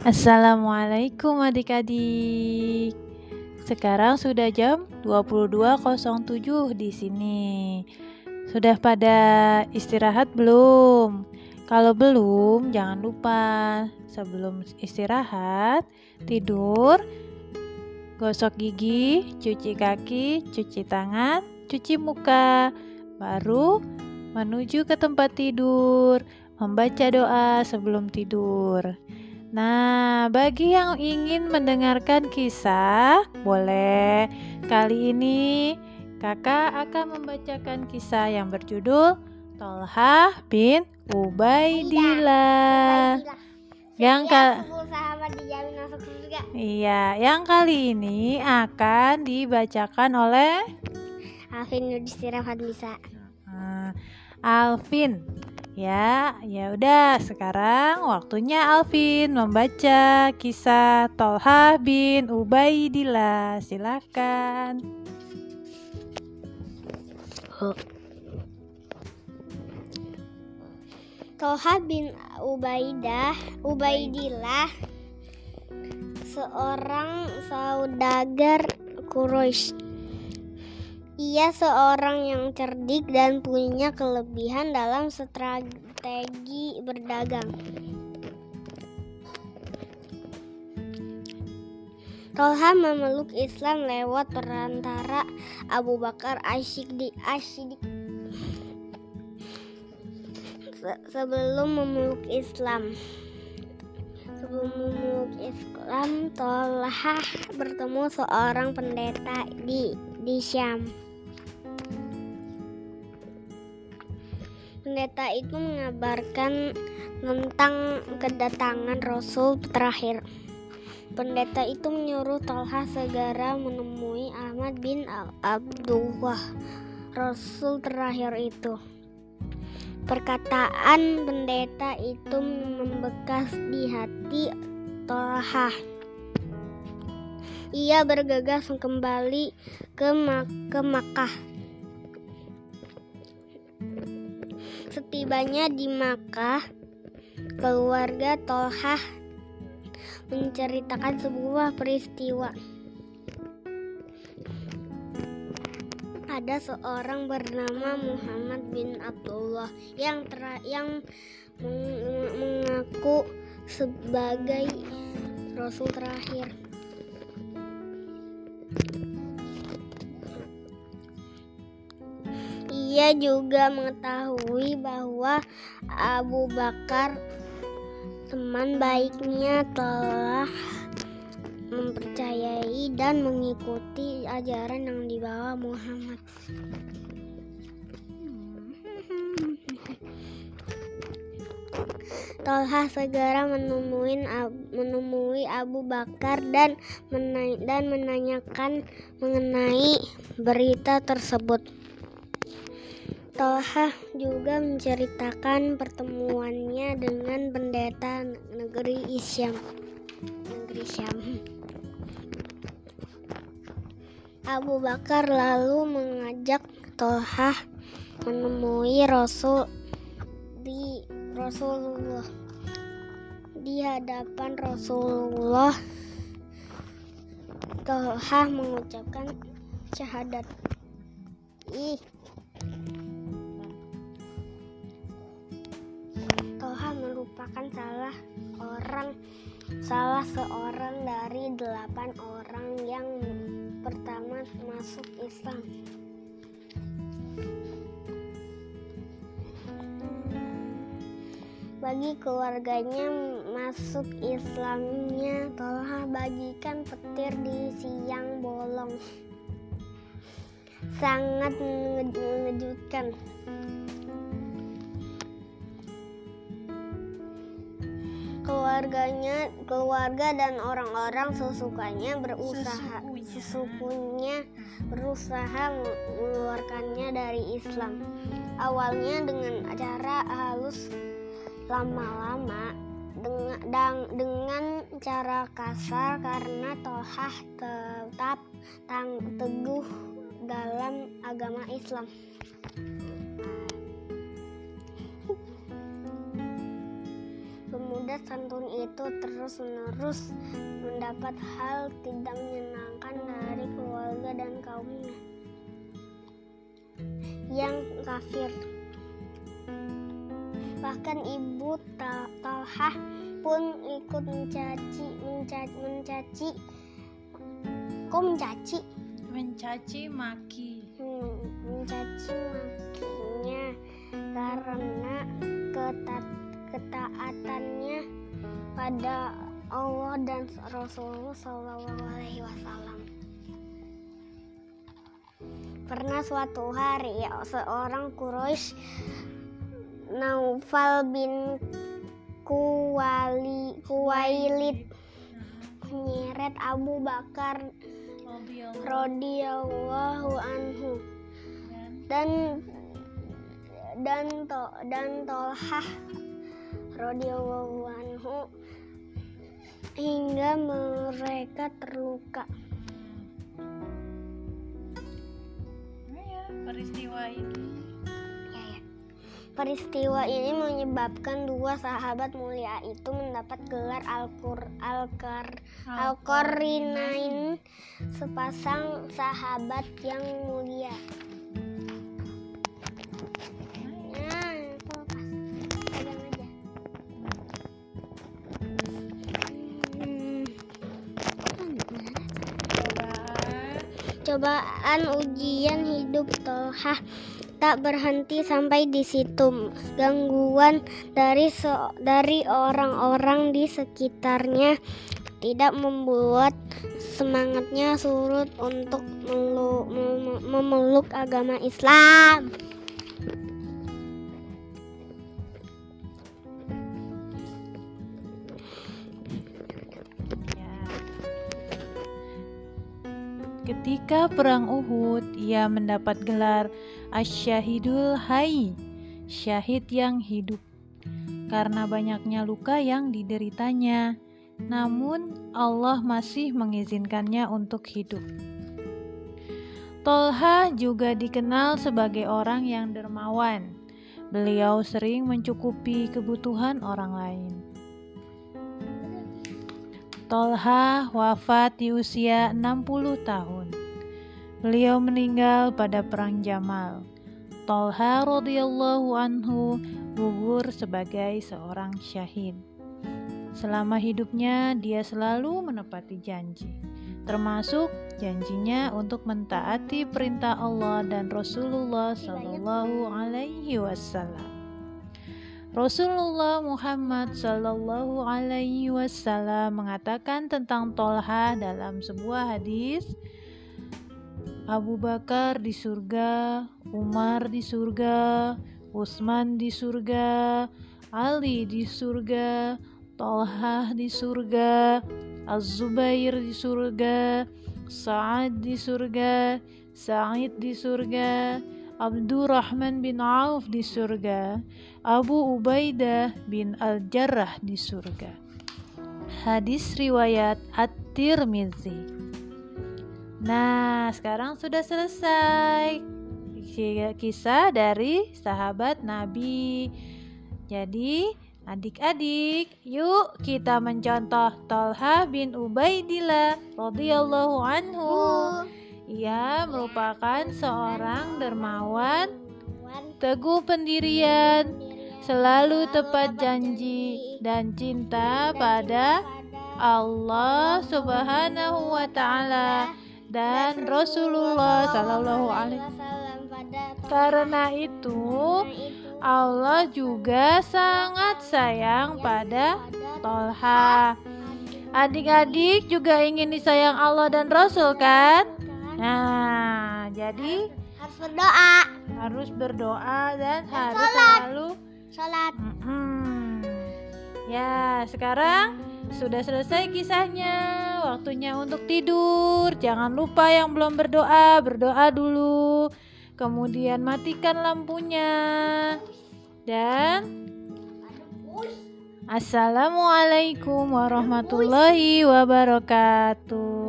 Assalamualaikum adik-adik. Sekarang sudah jam 22.07 di sini. Sudah pada istirahat belum? Kalau belum, jangan lupa sebelum istirahat, tidur, gosok gigi, cuci kaki, cuci tangan, cuci muka, baru menuju ke tempat tidur, membaca doa sebelum tidur. Nah, bagi yang ingin mendengarkan kisah, boleh. Kali ini kakak akan membacakan kisah yang berjudul Tolhah bin Ubaidillah. Yang kali ini akan dibacakan oleh Alvin Yudhistira Fadlisa. Alvin. Ya udah, sekarang waktunya Alvin membaca kisah Tolhah bin Ubaidillah. Silakan. Tolhah bin Ubaidillah, seorang saudagar Quraisy. Ia seorang yang cerdik dan punya kelebihan dalam strategi berdagang. Tolhah memeluk Islam lewat perantara Abu Bakar As-Siddiq. Sebelum memeluk Islam, Tolhah bertemu seorang pendeta di Syam. Pendeta itu mengabarkan tentang kedatangan Rasul terakhir. Pendeta itu menyuruh Tolhah segera menemui Ahmad bin Abdullah, Rasul terakhir itu. Perkataan pendeta itu membekas di hati Tolhah. Ia bergegas kembali ke Makkah. Setibanya di Makkah, keluarga Tolhah menceritakan sebuah peristiwa. Ada seorang bernama Muhammad bin Abdullah yang mengaku sebagai Rasul terakhir. Ia juga mengetahui bahwa Abu Bakar, teman baiknya, telah mempercayai dan mengikuti ajaran yang dibawa Muhammad. Tolhah segera menemui Abu Bakar dan menanyakan mengenai berita tersebut. Tolhah juga menceritakan pertemuannya dengan pendeta negeri Syam. Abu Bakar lalu mengajak Tolhah menemui Rasulullah. Di hadapan Rasulullah, Tolhah mengucapkan syahadat. Tolhah merupakan salah seorang dari 8 orang yang pertama masuk Islam. Bagi keluarganya masuk Islamnya, Tolhah bagikan petir di siang bolong. Sangat mengejutkan. Keluarga dan orang-orang sesukunya berusaha mengeluarkannya dari Islam. Awalnya dengan cara halus, lama-lama dengan cara kasar, karena Tolhah tetap teguh dalam agama Islam. Pemuda santun itu terus-menerus mendapat hal tidak menyenangkan dari keluarga dan kaumnya yang kafir. Bahkan ibu Talhah pun ikut mencaci makinya karena ketaatannya pada Allah dan Rasulullah SAW. Pernah suatu hari seorang Quraisy, Naufal bin Khuwailid, menyeret Abu Bakar radhiyallahu anhu dan Tolhah radhiyallahu anhu hingga mereka terluka. Peristiwa ini menyebabkan dua sahabat mulia itu mendapat gelar Al-Qarinain, sepasang sahabat yang mulia. Cobaan ujian hidup Talhah tak berhenti sampai di situ. Gangguan dari orang-orang di sekitarnya tidak membuat semangatnya surut untuk memeluk agama Islam. Ketika perang Uhud, ia mendapat gelar Asy-Syahidul Hayy, syahid yang hidup, karena banyaknya luka yang dideritanya. Namun Allah masih mengizinkannya untuk hidup. Tolhah juga dikenal sebagai orang yang dermawan. Beliau sering mencukupi kebutuhan orang lain. Tolhah wafat di usia 60 tahun. Beliau meninggal pada perang Jamal. Tolhah radhiyallahu anhu gugur sebagai seorang syahid. Selama hidupnya dia selalu menepati janji, termasuk janjinya untuk mentaati perintah Allah dan Rasulullah sallallahu alaihi wasallam. Rasulullah Muhammad sallallahu alaihi wasallam mengatakan tentang Tolhah dalam sebuah hadis, Abu Bakar di surga, Umar di surga, Utsman di surga, Ali di surga, Tolhah di surga, Az-Zubair di surga, Sa'ad di surga, Sa'id di surga, Abdurrahman bin Auf di surga, Abu Ubaidah bin Al-Jarrah di surga. Hadis riwayat At-Tirmizi. Nah, sekarang sudah selesai kisah dari sahabat Nabi. Jadi, adik-adik, yuk kita mencontoh Tolhah bin Ubaidillah radhiyallahu anhu. Ia merupakan seorang dermawan, teguh pendirian, selalu tepat janji, dan cinta pada Allah Subhanahu wa Ta'ala dan Rasulullah Sallallahu Alaihi Wasallam. Karena itu, Allah juga sangat sayang pada Tolhah. Adik-adik juga ingin disayang Allah dan Rasul, kan? Nah, jadi harus berdoa dan harus selalu sholat. Ya, sekarang sudah selesai kisahnya. Waktunya untuk tidur. Jangan lupa yang belum berdoa dulu. Kemudian matikan lampunya. Dan Assalamualaikum warahmatullahi wabarakatuh.